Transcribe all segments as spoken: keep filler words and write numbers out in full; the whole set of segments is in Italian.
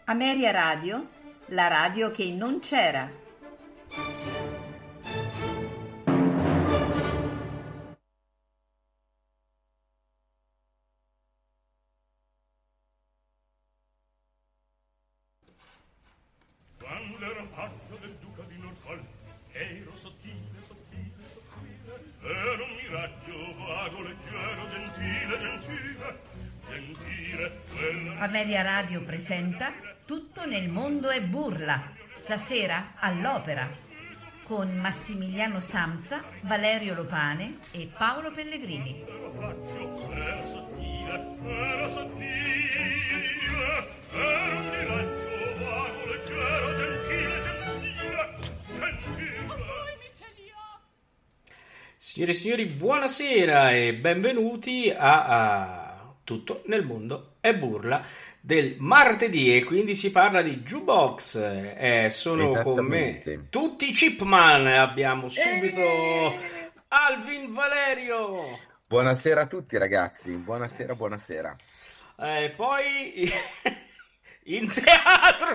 Ameria Radio, la radio che non c'era. Quando ero paggio del duca di Norfolk, ero sottile, sottile, sottile, ero un miraggio vago, leggero, gentile, gentile, gentile. Quella... Ameria Radio presenta Tutto nel mondo è burla, stasera all'Opera, con Massimiliano Samsa, Valerio Lopane e Paolo Pellegrini. Ero paggio, ero sottile, ero sottile, ero un miraggio vago, leggero, gentile, gentile, gentile. Signore e signori, buonasera e benvenuti a, a Tutto nel mondo è burla del martedì, e quindi si parla di Jukebox. Eh, sono con me tutti i Chipman. Abbiamo subito eh! Alvin, Valerio. Buonasera a tutti ragazzi, buonasera, buonasera. Eh, poi in teatro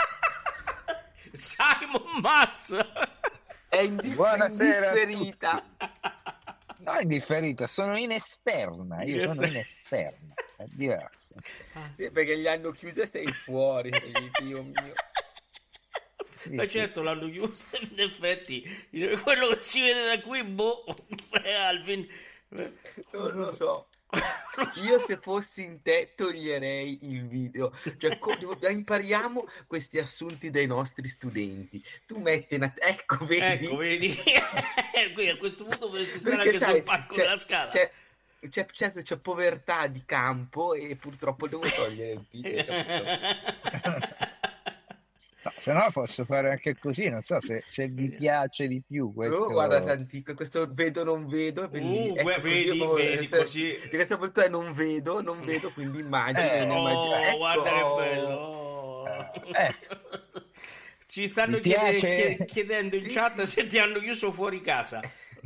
Simon Mazza. È indif- Buonasera indifferita. No, indifferita, sono in esterna. Io Yes. sono in esterna, è diverso. Sì, perché gli hanno chiuso e sei fuori, Dio mio. Sì, Ma sì. certo l'hanno chiuso, in effetti quello che si vede da qui, boh, è Alvin. Non lo so. Io se fossi in te toglierei il video. Cioè, co- impariamo questi assunti dai nostri studenti. Tu metti una... ecco, vedi? Ecco, vedi? Qui a questo punto potresti stare Perché anche sai, sul palco c'è- della scala. C'è, c'è, c'è, c'è povertà di campo e purtroppo devo togliere il video. capito? No, se no posso fare anche così, non so se, se vi piace di più questo. Oh, guarda tantico, questo vedo non vedo, è bellissimo. Uh, Ecco, vedi, così, proprio- vedi, se- così. di questa volta è non vedo, non vedo, quindi immagino, Eh, quindi Oh, immagino. Ecco. guarda che bello. Oh. Eh. Ci stanno Mi chiede- piace- chied- chiedendo in Sì, chat sì. se ti hanno chiuso fuori casa.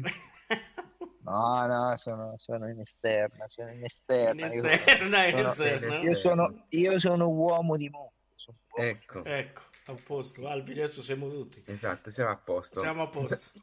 No, no, sono, sono in esterna, sono in esterna. In Io- esterna, in sono- esterna. Io sono, io sono uomo di mondo. sono uomo. Ecco, Ecco, a posto. Alvin, adesso siamo tutti. esatto, siamo a posto. Siamo a posto.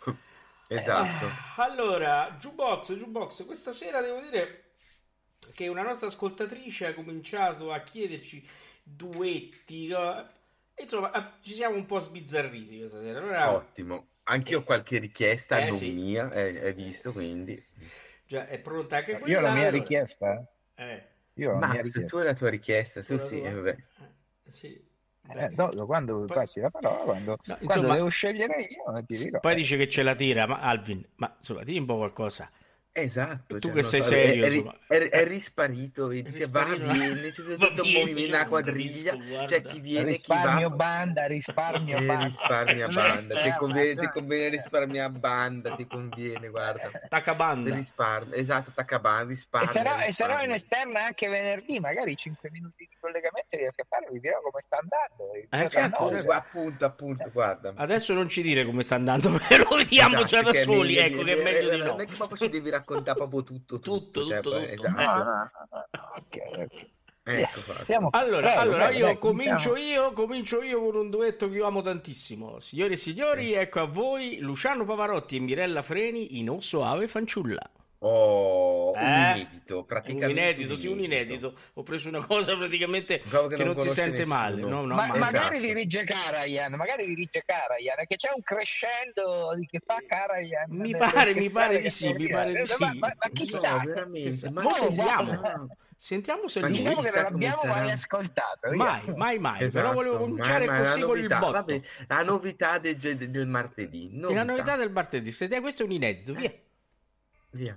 Esatto. Ah, allora, Jukebox, Jukebox, questa sera devo dire che una nostra ascoltatrice ha cominciato a chiederci duetti, no? Insomma, eh, ci siamo un po' sbizzarriti questa sera. Allora, Ottimo. Anch'io ho qualche richiesta, Eh, non sì. mia, hai hai visto, quindi. già è pronta anche quella. Io ho la mia allora. richiesta. Eh, Io ho la mia Max, richiesta. tu hai la tua richiesta, tu tu la sì, tua? eh, vabbè. Eh, sì. Eh, Beh. no, quando Poi- passi la parola, quando, No, quando insomma, devo scegliere io, ti dirò. Poi Eh, dice che ce la tira, ma Alvin, ma insomma, dimmi un po' qualcosa. Esatto. Tu cioè, che non sei so, serio, è, è- insomma. è- è risparito, vedi, È cioè, va, risparito, viene, c'è va tutto un bene, movimento, io una non quadriglia, capisco, guarda. c'è chi viene, chi risparmio va. banda, risparmio Eh, banda. risparmia Non banda, esterna, ti conviene, ti cioè. conviene risparmia banda, ti conviene, guarda. Tacca banda. Risparmia, esatto, attacca banda, E risparmia, sarò, e sarò in risparmia. esterna anche venerdì, magari cinque minuti di collegamento riesco a farlo, vi dirò come sta andando. Il Eh, mio certo, Tannhäuser. Cioè, guarda, appunto, appunto, guarda. Adesso non ci dire come sta andando, perché lo vediamo già Esatto, da che è soli, meglio ecco di- che è meglio di no. Non è che proprio ci devi raccontare proprio tutto, Tutto, cioè, tutto, poi- tutto. esatto. No, no, no, no, ok, ok. Ecco fatto. Siamo- Allora, prego, allora prego, io dai, comincio cominciamo. io, comincio io con un duetto che io amo tantissimo. Signore e signori, ecco a voi Luciano Pavarotti e Mirella Freni in O Soave Fanciulla. Oh, un Eh? inedito, Un praticamente inedito, sì, un inedito. Ho preso una cosa praticamente Proprio che che non non si conosce sente nessuno. male. No, no, Ma, ma- Esatto. magari dirige Karajan, magari dirige Karajan, che c'è un crescendo di che fa Karajan. Mi nel- pare, nel mi pare di che sì, mi pare di ma- sì. Ma, ma, ma chissà, No, veramente, ma Ma Mo- sentiamo, guarda- sentiamo se Ma lui... diciamo che chissà non come abbiamo sarà. mai ascoltato. via. Mai, mai, mai. Esatto, Però volevo ma- cominciare ma la così con il novità, botto. vabbè, la novità del, del- del martedì. E la Novità. novità del martedì. Sentiamo, questo è un inedito, via. Via.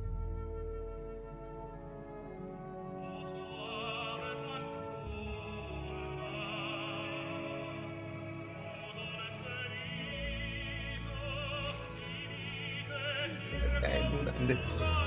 Bello, una lezione.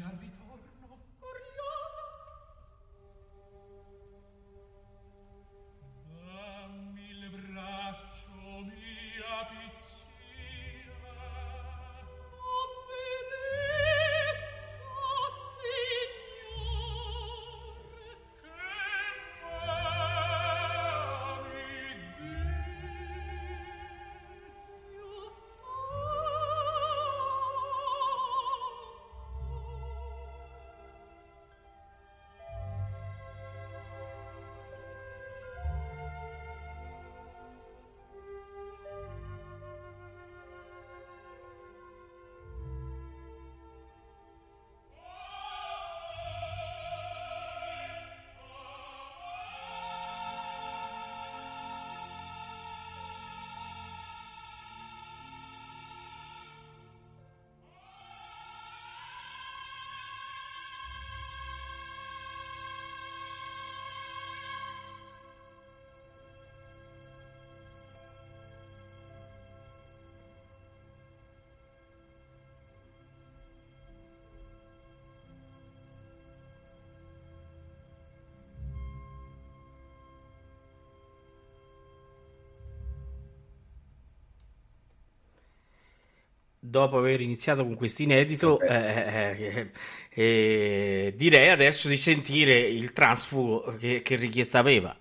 al ritorno curiosa. Dammi il braccio mia piccina, obbedisco, signore, che Dopo aver iniziato con questo inedito, eh, eh, eh, direi adesso di sentire il transfugo che, che richiesta aveva.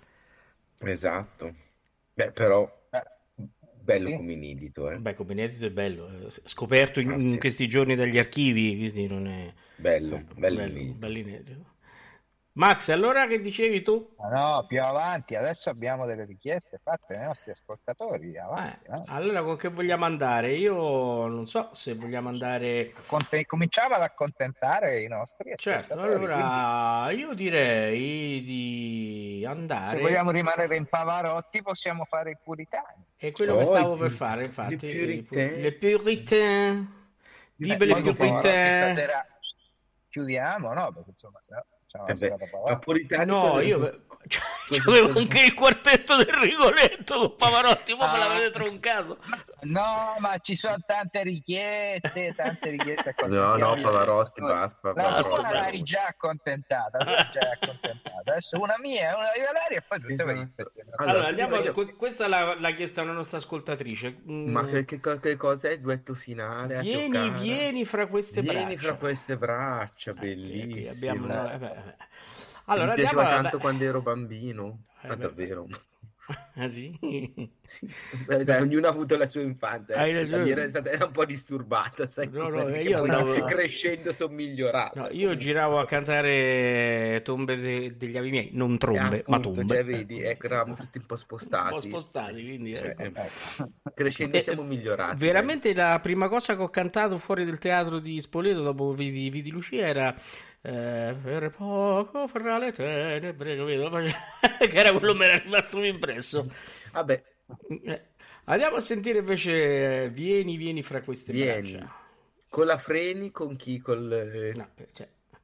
Esatto. Beh, però Eh, bello sì. come inedito, eh. Beh, come inedito è bello, eh, scoperto in, Ah, in sì. questi giorni dagli archivi, quindi non è Bello, eh, bello bello, inedito. bello inedito. Max, allora che dicevi tu? Ma no, più avanti, adesso abbiamo delle richieste fatte dai nostri ascoltatori, Eh, avanti, no? allora con che vogliamo andare? Io non so se vogliamo andare... Acconte- cominciamo ad accontentare i nostri Certo, ascoltatori, quindi allora io direi di se andare, vogliamo rimanere in Pavarotti possiamo fare i puritani. è quello che Oh, stavo i per puri- fare, le infatti, i pu- puritaine. le puritaine, Eh, vive le poi con Pavarotti puritaine. stasera chiudiamo, no? Perché insomma, se no facciamo Eh la beh, serata ma Pavarotti. puritani No, cosa- io cosa- c'avevo cosa- anche il quartetto del Rigoletto con Pavarotti, ma me Ah. l'avete troncato. No, ma ci sono tante richieste, tante richieste. No, no, accontentiamo. Pavarotti, basta, La Basta, tua basta. l'hai già accontentata, tu l'hai già accontentata. Adesso una mia, una di Valeria e poi tutte Esatto. per rispetto. Allora, Allora, andiamo a... io- que- questa l'ha, l'ha chiesta una nostra ascoltatrice. Mm, Ma che, che, co- che cosa è il duetto finale? a vieni, Teocara? vieni fra queste Vieni braccia. fra queste braccia, Ecco, qui bellissimo. abbiamo una- eh beh, eh. Allora, Mi andiamo piaceva a... tanto quando ero bambino. Eh, Ah, beh. davvero. Ah, sì? Sì. Beh, sai, ognuno ha avuto la sua infanzia. eh. Hai La ragione. mia era stata era un po' disturbata, sai, No, no, come- perché io poi andavo- crescendo sono migliorata. No, io giravo a cantare Tombe de- degli avi miei, non trombe, Eh, ma appunto, tombe. cioè, vedi, ecco, eravamo tutti un po' spostati. Un po' spostati, quindi, Eh, ecco. eh, crescendo Eh, siamo migliorati. Veramente la prima cosa che ho cantato fuori del teatro di Spoleto dopo Vidi, Vidi Lucia era eh, per poco fra le tenebre, capito? Che era quello che mi era rimasto impresso. dai. Vabbè, Eh, Andiamo a sentire invece eh, Vieni, vieni fra queste vieni. braccia. Con la Freni, con chi? Col... eh, No, cioè,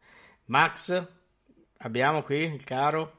Max, abbiamo qui il caro,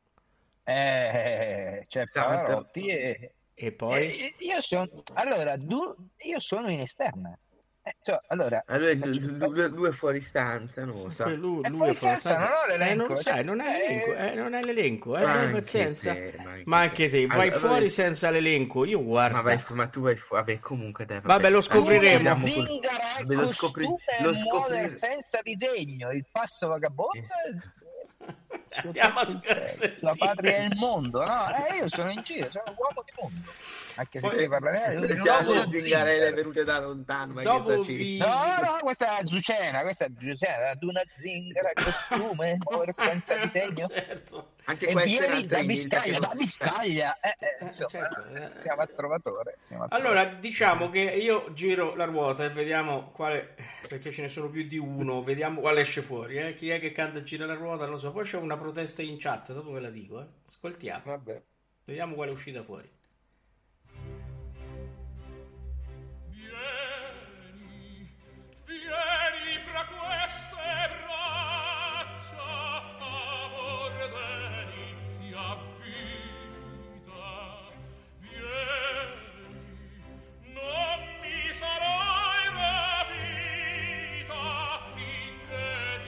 Eh, c'è Esatto. Pavarotti e, e poi... e- e io sono allora du- io sono in esterna. Eh, cioè, allora Allora, faccio- lui, lui- lui è fuori stanza, non lo Sì, sa. lui, E lui poi è fuori cazzo, stanza. non ho Eh, l'elenco, non lo sai, cioè, non hai eh, l'elenco, eh, non hai l'elenco, eh, Ma abbi anche pazienza. te, ma anche Ma anche te, vai Allora, fuori vabbè, senza l'elenco, io guarda. ma, vai fu- ma tu vai fuori. Vabbè, comunque dai, Vabbè, lo anche scopriremo. siamo col- Zingara, vabbè, lo scopri- costume lo e muovere scopri- senza disegno, il passo vagabondo Es- Andiamo a la sentire. patria e il mondo, no? Eh, io sono in giro, sono un uomo di mondo. Anche se Poi- devi parlare di Siamo un uomo le zingarelle zingaro. venute da lontano, ma Dopo che cosa ci- vi- No, no, questa è Giucena, questa è Giucena, ad una zingara, costume, muovere senza disegno. Certo. Anche E questa è vieni un'altra da inedita Biscaglia, che da non- Biscaglia. Eh, eh, Eh, insomma, certo, eh. siamo a Trovatore. siamo a Allora, Trovatore. diciamo che io giro la ruota e vediamo quale, perché ce ne sono più di uno, vediamo quale esce fuori, eh. Chi è che canta e gira la ruota, non lo so. Poi c'è una protesta in chat, dopo ve la dico, eh. Ascoltiamo, Vabbè. vediamo quale è uscita fuori. Vieni, vieni fra queste braccia, amor delizia vita. Vieni, non mi sarai rapita finché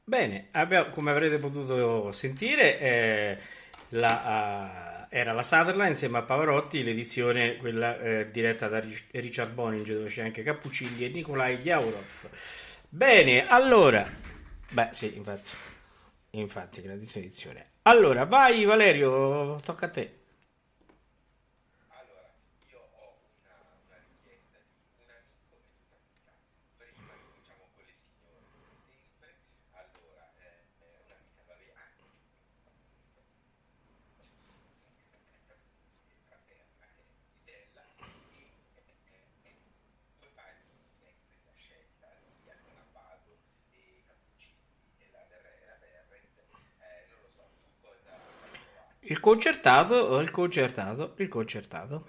Bene, abbiamo, come avrete potuto sentire, eh, la, uh, era la Sutherland insieme a Pavarotti, l'edizione quella eh, diretta da Richard Boninge, dove c'è anche Cappuccilli e Nikolai Ghiaurov. Bene, allora, beh sì, infatti, infatti, grandissima edizione. Allora, vai Valerio, tocca a te. Il concertato, il concertato, il concertato.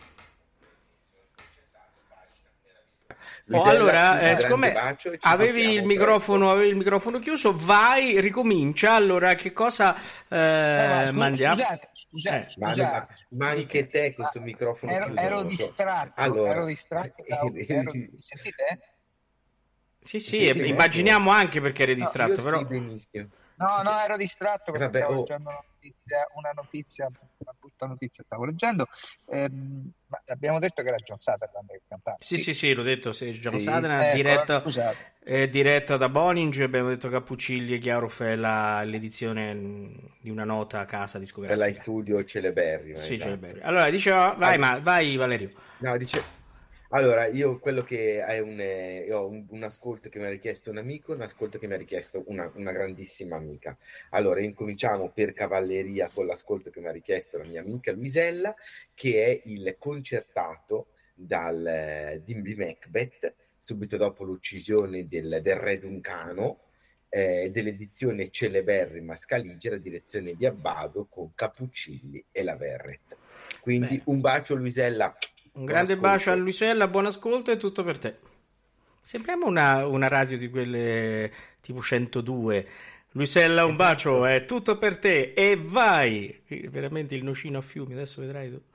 Oh, allora, eh, siccome avevi il microfono, avevi il microfono chiuso, vai, ricomincia. Allora, che cosa eh, Eh, ma scu- mandiamo? Scusate, scusate, Eh, Ma, scusate, ma- ma anche te questo microfono ero, chiuso, ero non lo so. distratto, Allora, ero distratto da, ero, mi sentite? Sì, sì, Sì, eh, benissimo. immaginiamo anche perché eri No, distratto, io però sì, benissimo. No, no, ero distratto Eh, perché vabbè, stavo oh, leggendo una notizia, una notizia, una brutta notizia stavo leggendo. Ehm, ma abbiamo detto che era John Sutherland che cantava. sì, sì, sì, l'ho detto, sì, John Sì. Sutherland, Ecco, diretto, scusate. eh, diretto da Boninge, abbiamo detto Cappuccilli e Ghiaurov è la- l'edizione mh, di una nota casa per discografica. la studio celeberrima. Sì, esatto. celeberrimo. Allora, diceva, vai, Allora- ma vai Valerio. No, dice... Allora, io quello che è un, eh, io ho un, un ascolto che mi ha richiesto un amico, un ascolto che mi ha richiesto una, una grandissima amica. Allora, incominciamo per cavalleria con l'ascolto che mi ha richiesto la mia amica Luisella, che è il concertato dal, eh, di di Macbeth, subito dopo l'uccisione del, del re Duncano, eh, dell'edizione celeberrima Scaligera, direzione di Abbado con Cappuccilli e la Verret. Quindi Bene. un bacio Luisella. Un Buon grande ascolto. bacio a Luisella, buon ascolto e tutto per te. Sembriamo una, una radio di quelle tipo centodue. Luisella, un Esatto. bacio, è tutto per te e vai! Veramente il nocino a fiumi, adesso vedrai tu.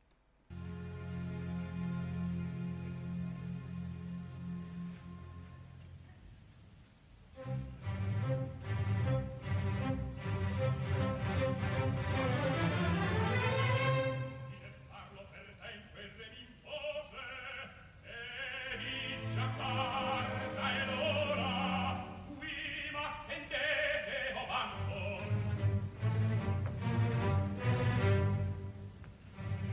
Parlo per tempo e re m'impose, e dice carta e l'ora, qui m'attendete o banco.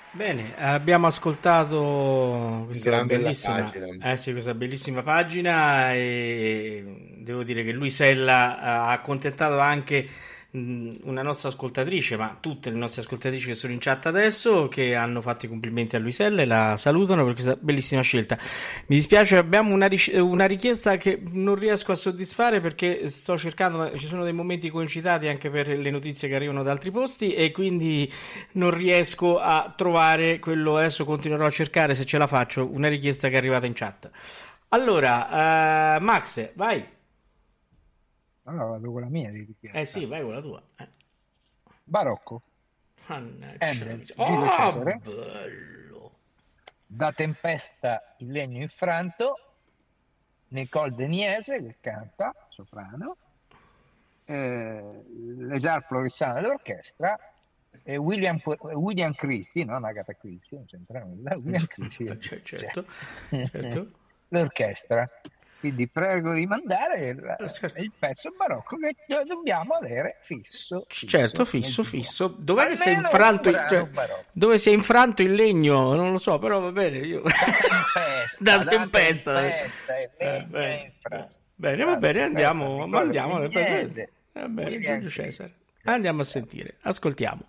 Bene, abbiamo ascoltato questa Gran bella bellissima, pagina. eh sì, questa bellissima pagina e devo dire che Luisella ha accontentato anche mh, una nostra ascoltatrice, ma tutte le nostre ascoltatrici che sono in chat adesso, che hanno fatto i complimenti a Luisella e la salutano per questa bellissima scelta. Mi dispiace, abbiamo una, ric- una richiesta che non riesco a soddisfare perché sto cercando, ma ci sono dei momenti coincidati anche per le notizie che arrivano da altri posti e quindi non riesco a trovare quello. Adesso continuerò a cercare, se ce la faccio, una richiesta che è arrivata in chat. Allora, eh, Max, vai. Allora vado con la mia di richiesta. Eh sì, vai con la tua. Eh. Barocco. Mannaggia. Handel, Oh, Giulio Cesare. bello. Da Tempesta il legno infranto. Nicole Deniese che canta, soprano. Eh, L'Esar Florissano dell'orchestra. E William, William Christie, non Agatha Christie, non c'entra nulla. William Christie. Cioè, certo, certo. L'orchestra. Quindi prego di mandare il, Certo. il pezzo barocco che dobbiamo avere fisso. fisso Certo, fisso, nel fisso. Dov'è che si è Almeno infranto un il, brano cioè, barocco. dove si è infranto il legno? Non lo so, però va bene. Io... Da tempesta, da tempesta. da tempesta, il Eh, legno è bene, infranto. bene, va bene, andiamo, Aspetta, ma andiamo. Nicola Pugliese, Va bene, William Giulio Christie. Cesare. Andiamo a sentire, ascoltiamo.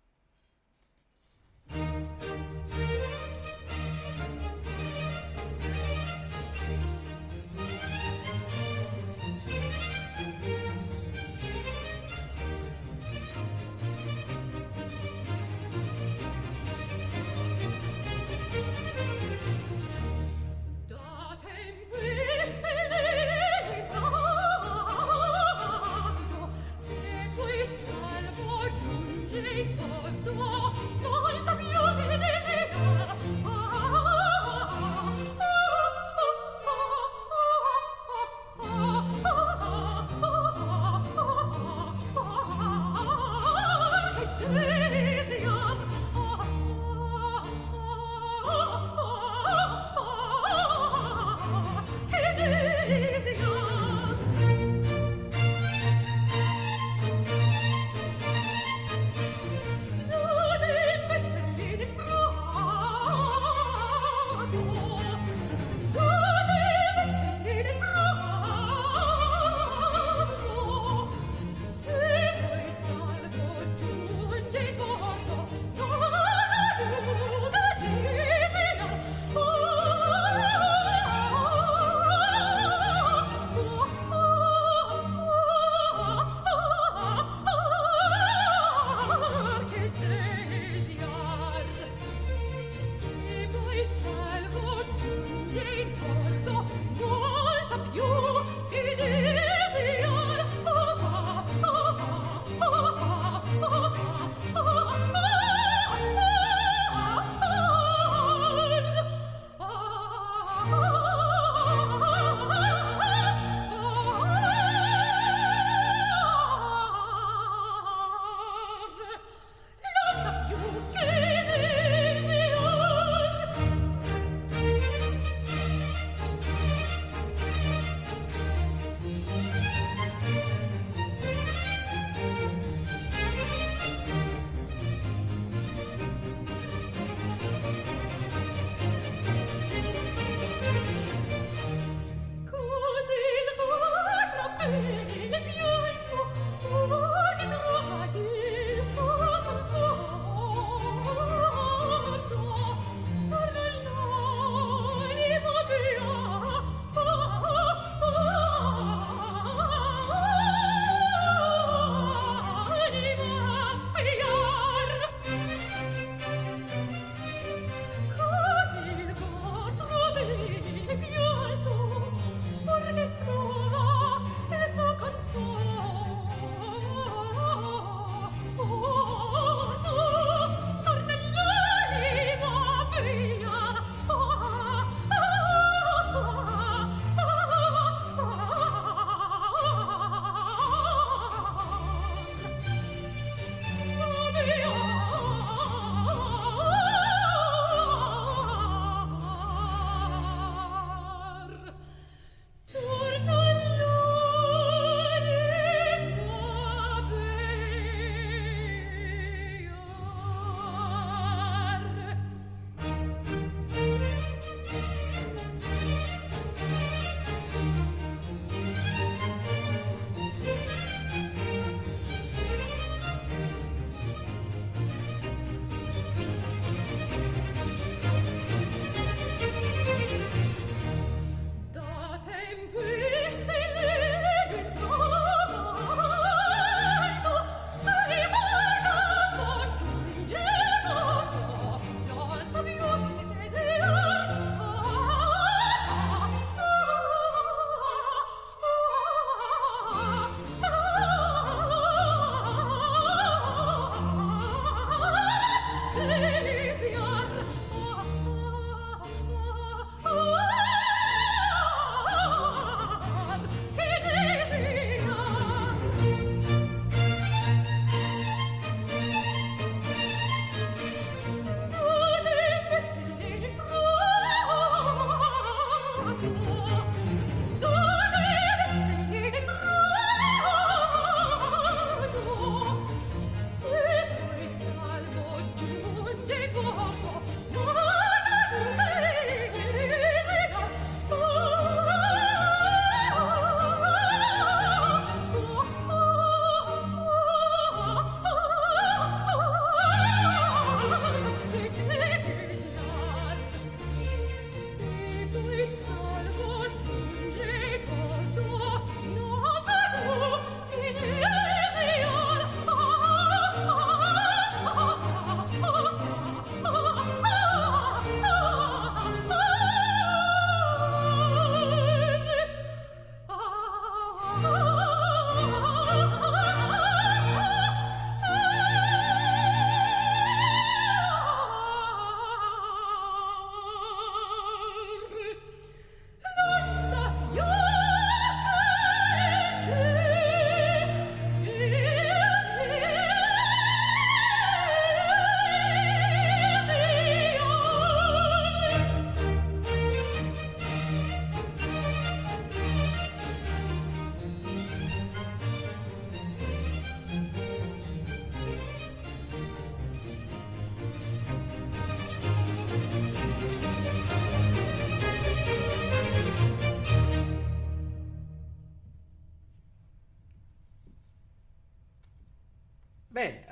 Da tempeste legato, segue salvo giunge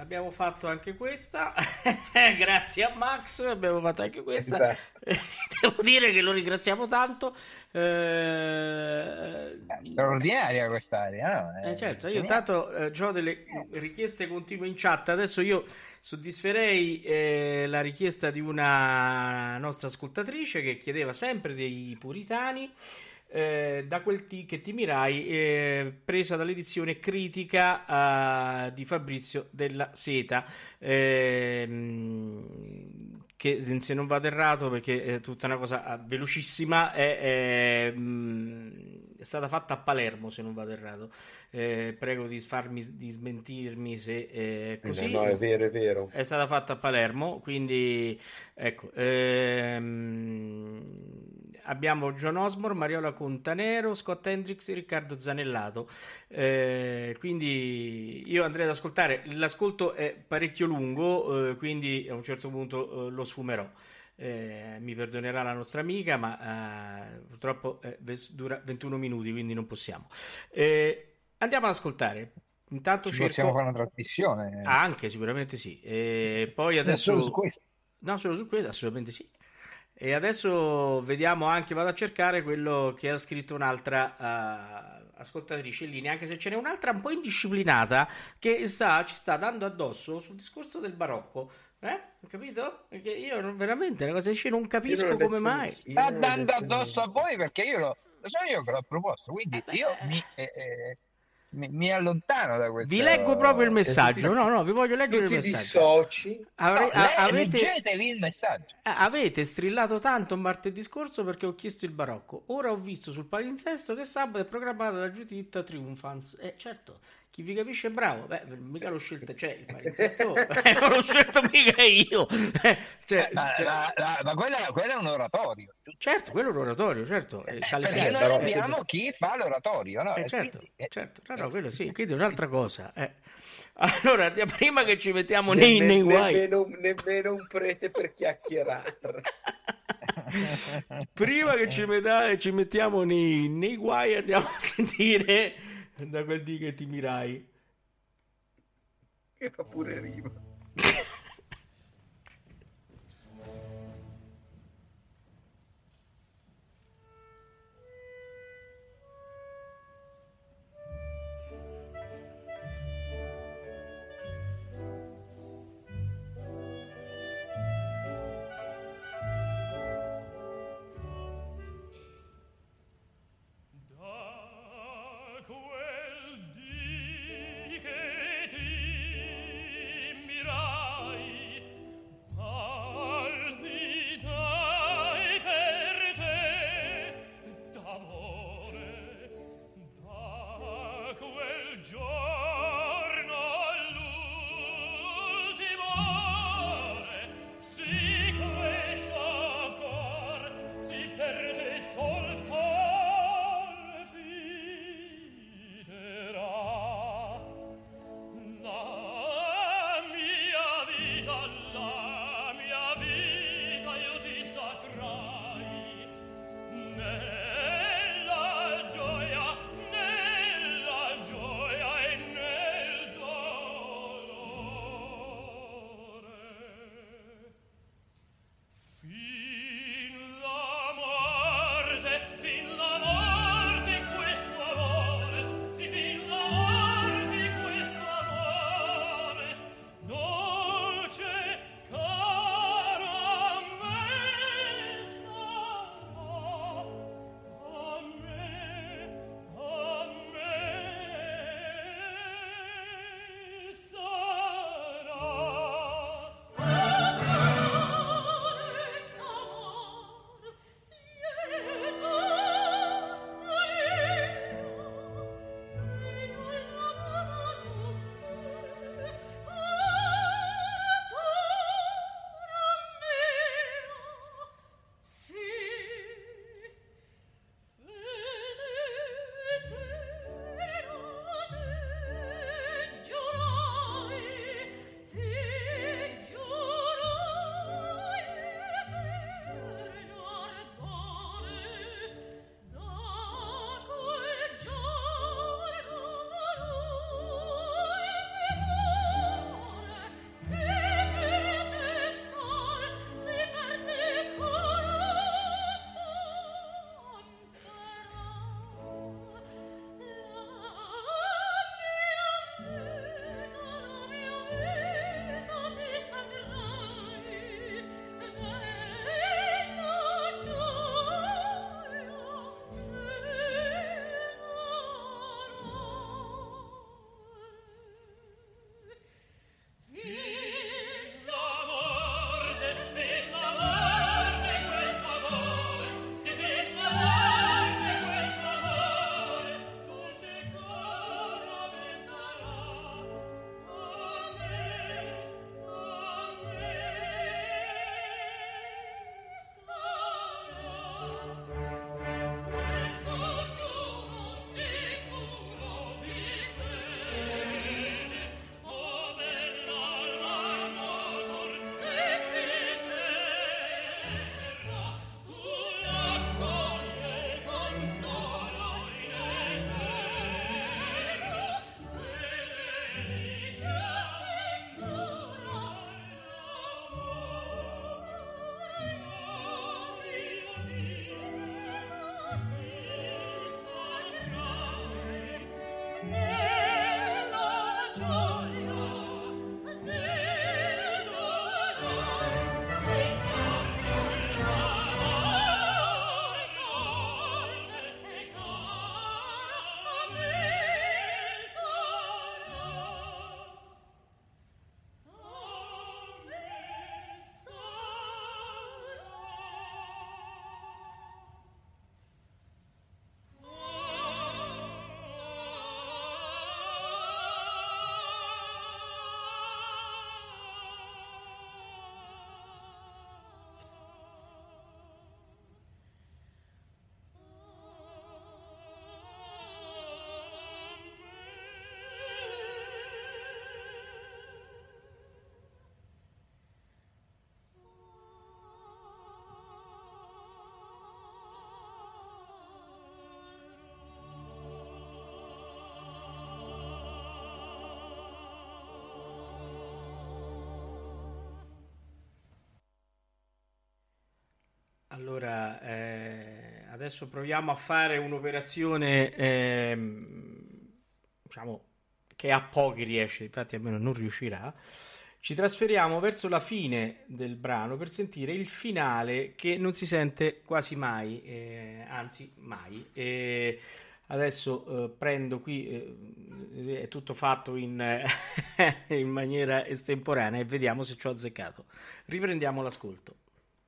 abbiamo fatto anche questa. Grazie a Max, abbiamo fatto anche questa. Devo dire che lo ringraziamo tanto. Eh... Straordinaria quest'area, no? Eh, certo, io intanto eh, ho delle richieste continue in chat. Adesso io soddisferei eh, la richiesta di una nostra ascoltatrice che chiedeva sempre dei puritani. Eh, da quel t- che ti mirai, eh, presa dall'edizione critica uh, di Fabrizio della Seta, eh, che se non vado errato, perché è tutta una cosa velocissima, è, è, mh, è stata fatta a Palermo, se non vado errato. Eh, prego di farmi di smentirmi se è così. No, no, è vero, è vero. È stata fatta a Palermo, quindi ecco. Ehm, abbiamo John Osmore, Mariola Contanero, Scott Hendricks e Riccardo Zanellato. Eh, quindi io andrei ad ascoltare. L'ascolto è parecchio lungo, eh, quindi a un certo punto eh, lo sfumerò. Eh, mi perdonerà la nostra amica, ma eh, purtroppo eh, dura ventuno minuti, quindi non possiamo. Eh, Andiamo ad ascoltare. Intanto Ci cerco... possiamo fare una trasmissione. Ah, anche sicuramente sì. E poi adesso... No, solo su questo. No, solo su questo, assolutamente sì. E adesso vediamo anche, vado a cercare quello che ha scritto un'altra uh, ascoltatrice in linea, anche se ce n'è un'altra un po' indisciplinata che sta, ci sta dando addosso sul discorso del barocco. Eh? Ho capito? Perché io non, veramente una cosa dice, non capisco non come mai. Sta dando addosso a voi perché io lo, lo so io che l'ho proposto, quindi eh io mi... Eh, eh, Mi, mi allontano da questo. Vi leggo proprio il messaggio. No, no, vi voglio leggere il messaggio. Dissoci. Avre- no, a- avete... leggetevi il messaggio. Avete strillato tanto martedì scorso perché ho chiesto il barocco. Ora ho visto sul palinsesto che sabato è programmata la Giuditta Triumphans. Eh, certo, chi vi capisce è bravo. Beh, mica l'ho scelto, cioè il palinsesto non l'ho scelto mica io. cioè, ma, cioè... ma, ma, ma quella, quella è un oratorio. Certo, quello è un oratorio, certo. Eh, Sale perché sempre. noi abbiamo chi fa l'oratorio, no? Eh, certo, quindi, eh, certo. No, no, quello sì, quindi è un'altra cosa. Eh. Allora, prima che ci mettiamo nei, Nemme, nei guai, nemmeno, nemmeno un prete per chiacchierare. prima che ci, metta, ci mettiamo nei, nei guai, andiamo a sentire da quel dì che ti mirai. Che fa pure rima. Mirai Allora, eh, adesso proviamo a fare un'operazione, ehm, diciamo, che a pochi riesce, infatti a me non riuscirà. Ci trasferiamo verso la fine del brano per sentire il finale che non si sente quasi mai, eh, anzi mai. E adesso eh, prendo qui, eh, è tutto fatto in, in maniera estemporanea e vediamo se ci ho azzeccato. Riprendiamo l'ascolto.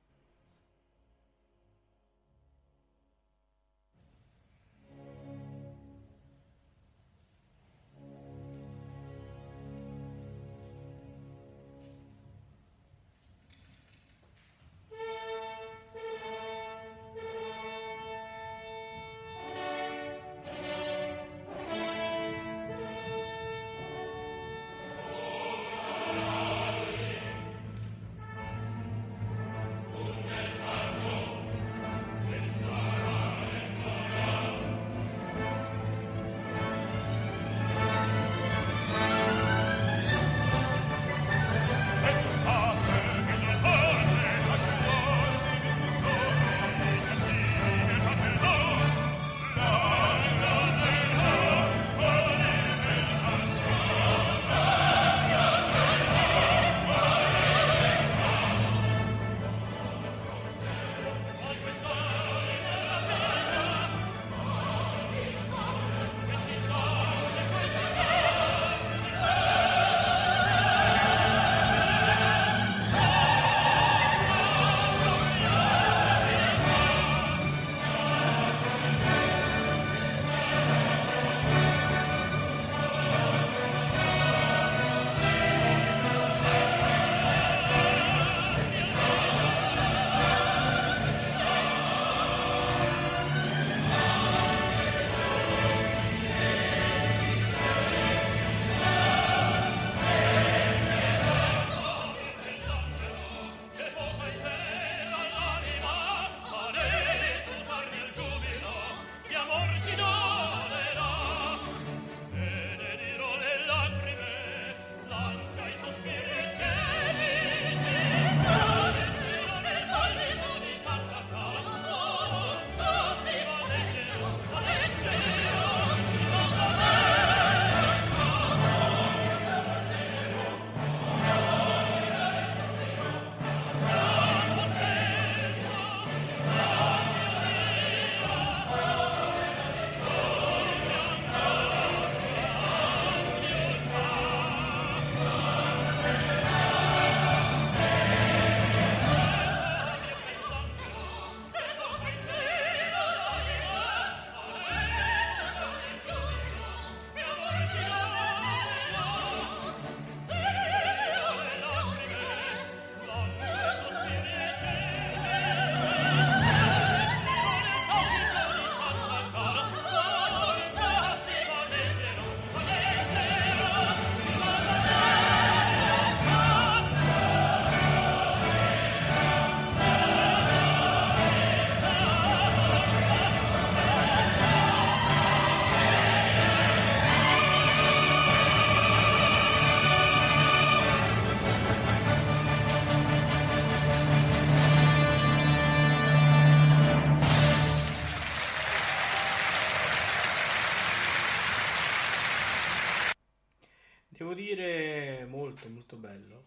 Devo dire molto molto bello.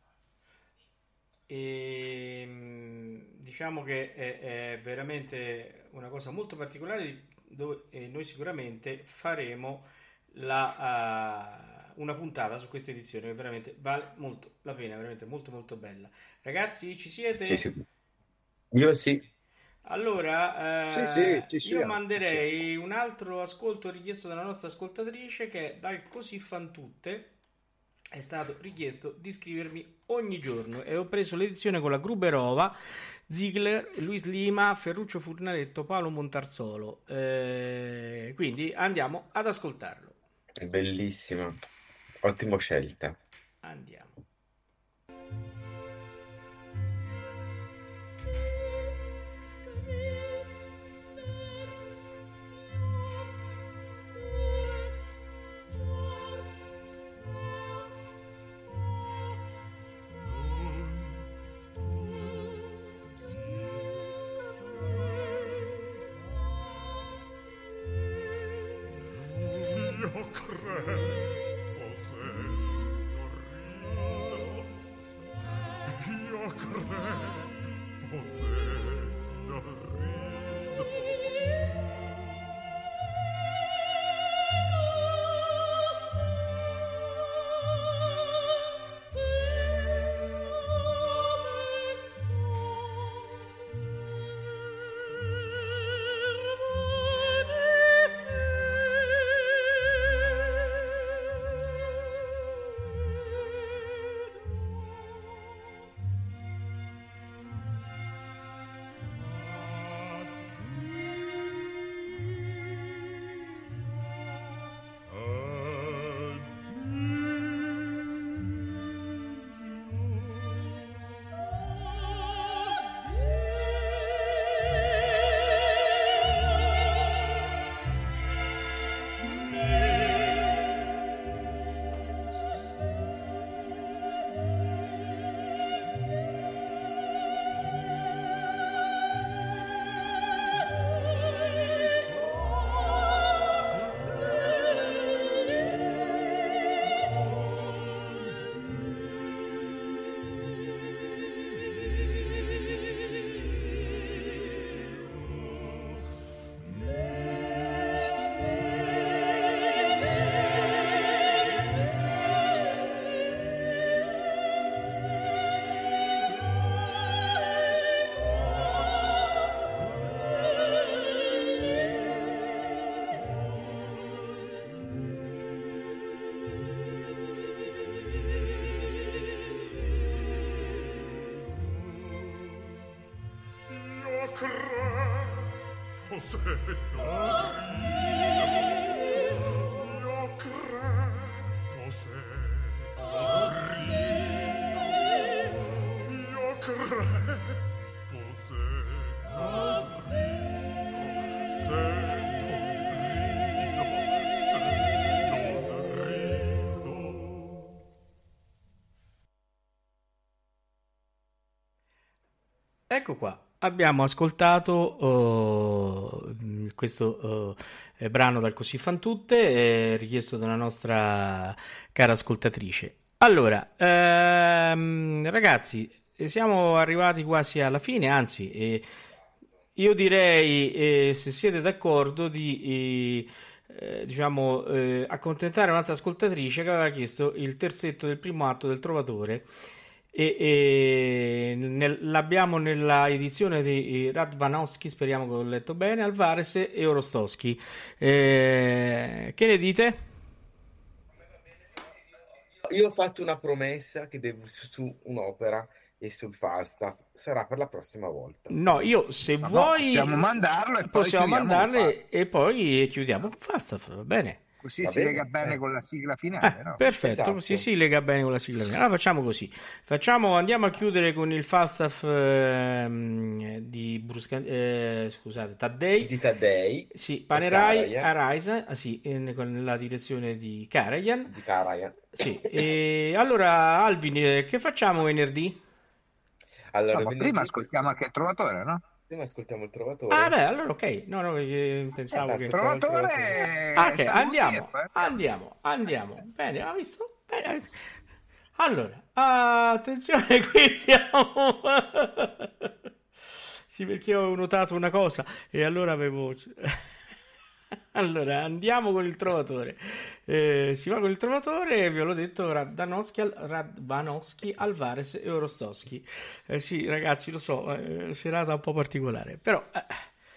E mh, diciamo che è, è veramente una cosa molto particolare dove e noi sicuramente faremo la, uh, una puntata su questa edizione che veramente vale molto la pena, veramente molto molto bella. Ragazzi, ci siete? Sì, sì. Io sì. Allora, Sì, sì, eh, ci io siamo, ci manderei un altro ascolto richiesto dalla nostra ascoltatrice che dal Così fan tutte è stato richiesto di scrivermi ogni giorno e ho preso l'edizione con la Gruberova, Ziegler, Luis Lima, Ferruccio Furnaletto, Paolo Montarzolo. Eh, quindi andiamo ad ascoltarlo. È bellissima. Ottima scelta. Andiamo. Disco crepo se non rido, io crepo se non rido, io crepo se non rido, se non rido, se non rido. Ecco qua. Abbiamo ascoltato uh, questo uh, brano dal Così fan tutte, eh, richiesto dalla nostra cara ascoltatrice. Allora, ehm, ragazzi, siamo arrivati quasi alla fine, anzi, eh, io direi, eh, se siete d'accordo, di eh, diciamo eh, accontentare un'altra ascoltatrice che aveva chiesto il terzetto del primo atto del Trovatore. E, e nel, l'abbiamo nella edizione di Radvanowski, speriamo che l'ho letto bene, Alvarez e Orostowski. Eh, che ne dite? Io ho fatto una promessa che devo su, su un'opera e sul Falstaff, sarà per la prossima volta. No, io se Ma vuoi no, possiamo mandarlo e possiamo poi mandarle e poi chiudiamo con Falstaff, va bene? Così Va si bene? lega bene Eh. con la sigla finale, Eh, no? perfetto, Esatto. sì, sì, lega bene con la sigla finale. Allora facciamo così. Facciamo, andiamo a chiudere con il Falstaff ehm, di Brusca, eh, scusate, Taddei. Di Taddei, Sì, Panerai Karajan. Araisa, ah, sì, eh, con la direzione di Karajan. di Karajan. Sì. E allora, Alvin, eh, che facciamo venerdì? Allora, No, ma venerdì- prima ascoltiamo anche il Trovatore, no? prima ascoltiamo il Trovatore. Ah, beh, allora ok. No, no, eh, pensavo Eh, che... aspetta. Trovatore! Ah, ok, saluti andiamo, e poi- andiamo, andiamo. Bene, ha visto? Bene. Allora, attenzione, qui siamo... Sì, perché ho notato una cosa e allora avevo... Allora, andiamo con il Trovatore. Eh, si va con il Trovatore, vi ho detto, Radvanowski, Radvanowski, Alvarez e Orostowski. Eh, sì, ragazzi, lo so, eh, serata un po' particolare, però... eh,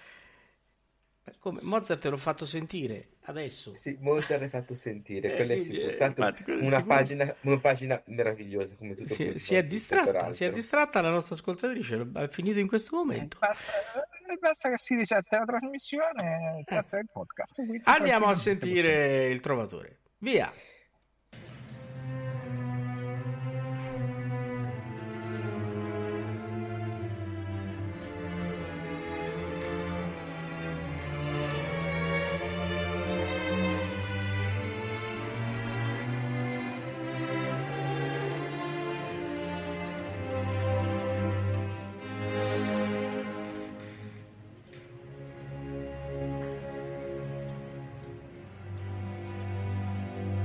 come Mozart te l'ho fatto sentire adesso. Sì, Mozart l'hai fatto sentire, Eh, quello è quindi, sicuro. eh, Tanto infatti, quello è una, sicuro. pagina, una pagina meravigliosa come tutto Si, questo. si è distratta, si è distratta la nostra ascoltatrice, ha finito in questo momento. Basta, basta che si risette la trasmissione, tratta il podcast. quindi Andiamo a tranquillamente sentire il Trovatore. Via. Thank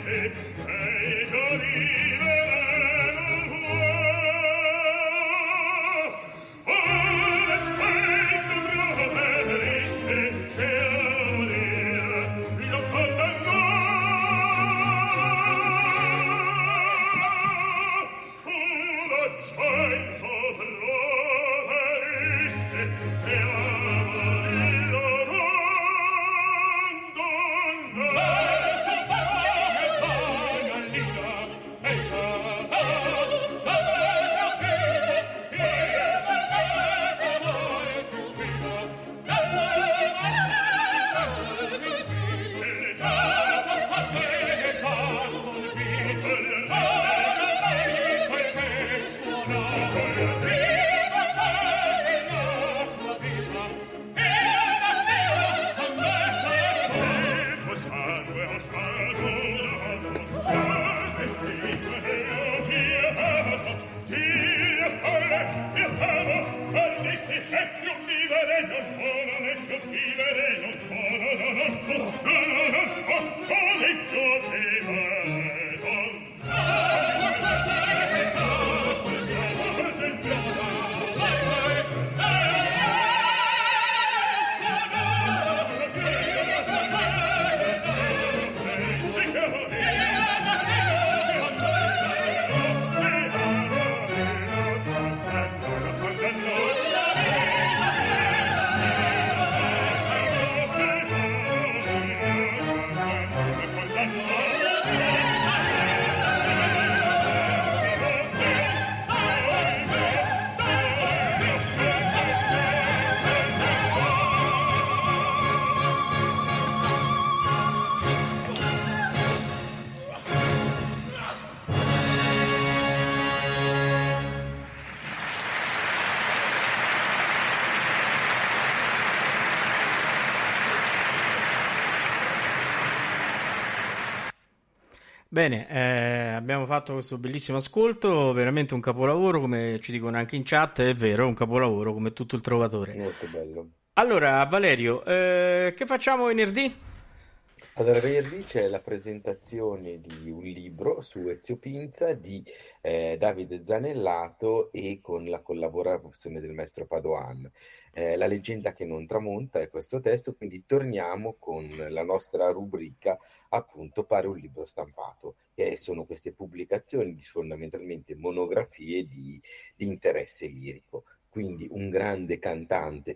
Bene, eh, abbiamo fatto questo bellissimo ascolto, veramente un capolavoro, come ci dicono anche in chat, è vero, un capolavoro come tutto il Trovatore. Molto bello. Allora, Valerio, eh, che facciamo venerdì? Allora, venerdì c'è la presentazione di un libro su Ezio Pinza di eh, Davide Zanellato e con la collaborazione del maestro Padoan. Eh, La leggenda che non tramonta è questo testo, quindi torniamo con la nostra rubrica, appunto, Pare un libro stampato, e sono queste pubblicazioni di fondamentalmente monografie di, di interesse lirico. Quindi un grande cantante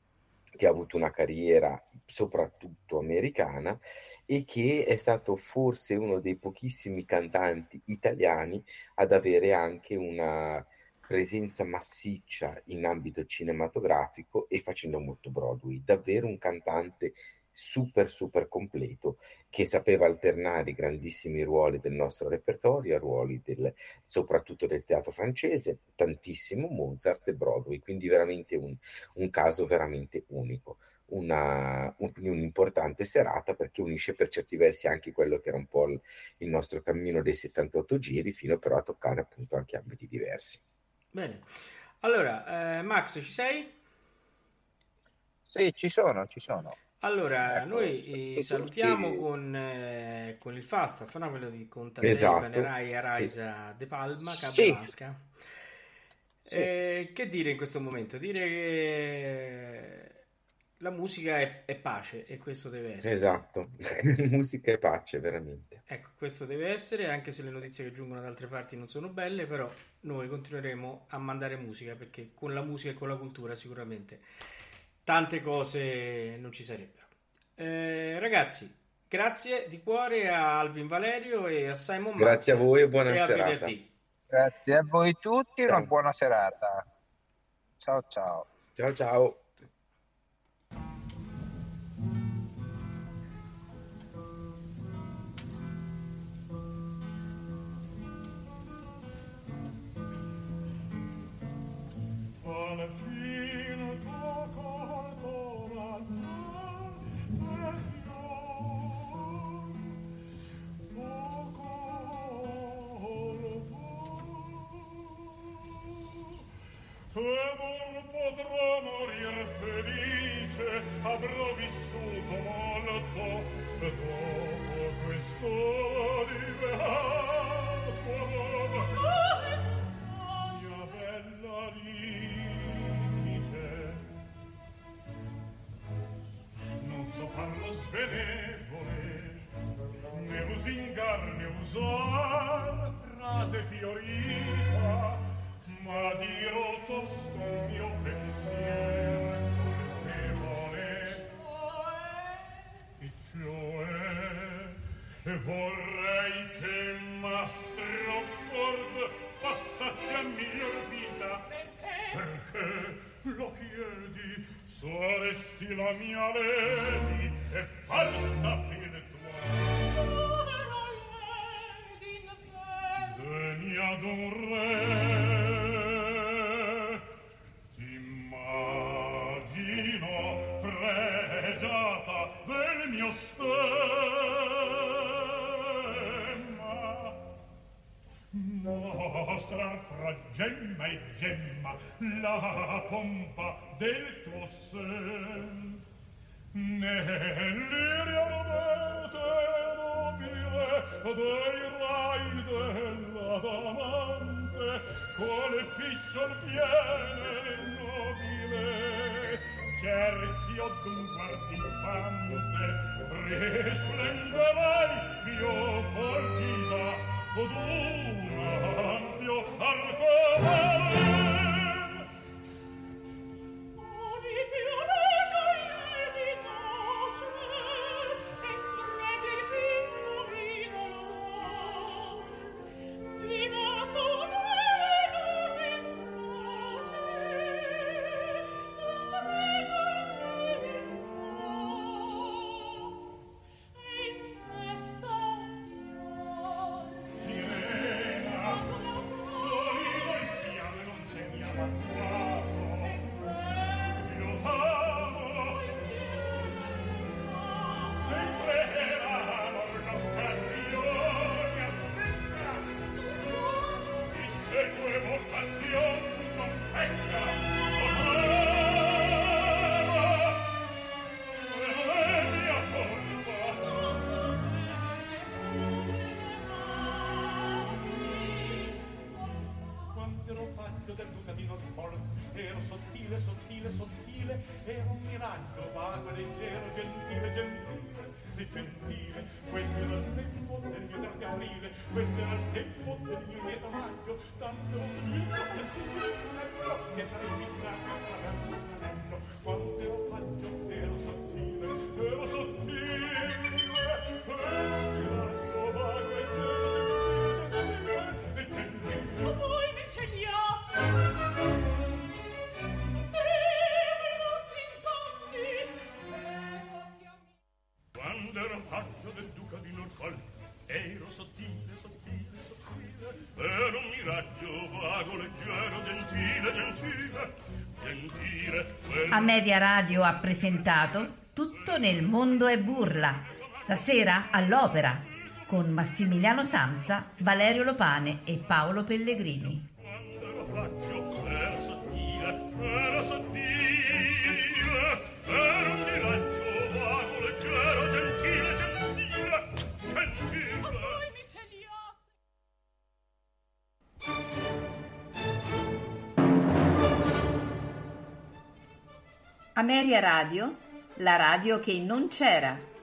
che ha avuto una carriera soprattutto americana e che è stato forse uno dei pochissimi cantanti italiani ad avere anche una presenza massiccia in ambito cinematografico e facendo molto Broadway. Davvero un cantante super super completo che sapeva alternare i grandissimi ruoli del nostro repertorio a ruoli del, soprattutto del teatro francese, tantissimo Mozart e Broadway, quindi veramente un, un caso veramente unico. Una, un, un'importante serata perché unisce per certi versi anche quello che era un po' il, il nostro cammino dei settantotto giri, fino però a toccare appunto anche ambiti diversi. Bene, allora eh, Max, ci sei? Sì, ci sono, ci sono. Allora, Ecco, noi eh, salutiamo tutti- con, eh, con il Falstaff, no? Quello di Contatei, Esatto, Panerai, Araisa, De Palma, Sì. Capablanca. Sì. Eh, che dire in questo momento? Dire che la musica è, è pace e questo deve essere. Esatto, musica e pace veramente. Ecco, questo deve essere, anche se le notizie che giungono da altre parti non sono belle, però noi continueremo a mandare musica perché con la musica e con la cultura sicuramente tante cose non ci sarebbero. Eh, ragazzi, grazie di cuore a Alvin Valerio e a Simon Max. Grazie a voi e buona e a serata. venerdì. Grazie a voi tutti, una Ciao. buona serata. Ciao ciao. Ciao ciao. Alla fine tocca ancora a te, e non potrò morir felice, avrò vissuto molto, e dopo questo gingarne usar frase fiorita, ma dirò tosto mio pensiero colpevole, e cioè vorrei che Mastro Ford passasse a miglior vita. Perché lo chiedi? Saresti la mia lady e falsa fine tua. Povera lady in fede, degna d'un re, t'immagino fregiata del mio stemma. Mostrar fra gemma e gemma la pompa del tuo sen, nell'iria ardente nobile dei rai della damante, quale picciol piene nobile, cerchio d'un guardi infante, risplenderei io forgita od un ampio arcobaleno. oh di più gioia di pace, e stregge il piccolino l'amore, di nostro velo che croce, stregge il cielo, e in festa Sirena, solido il fiamme non teniamo attuato. Io t'amo, sempre erano l'occasione avvezza, e se tue vocazioni non pecca, non è mia colpa. Quando ero paggio del duca di Norfolk, ero sottile, sottile, sottile, ero un miraggio vago e leggero, gentile, gentile e gentile. Quello era il tempo del mio tre aprile, quello era il tempo del mio lieto maggio, tanto lindo e sicuro che sarei bizzarro attraverso un anello. Quando ero paggio, ero sottile, ero sottile, ero un miraggio vago e leggero, gentile e gentile. oh voi mi cegliate, e i nostri incontri, prego chiami. Quando ero paggio del duca di Norfolk, ero sottile, sottile, sottile, ero un miraggio vago, leggero, gentile, gentile, gentile. quello- Ameria Radio ha presentato Tutto nel mondo è burla, stasera all'Opera, con Massimiliano Samsa, Valerio Lopane e Paolo Pellegrini. Quando ero paggio, ero sottile, ero sottile, ero un miraggio vago, leggero, gentile, gentile, gentile. oh voi mi cegliate. Ameria Radio, la radio che non c'era.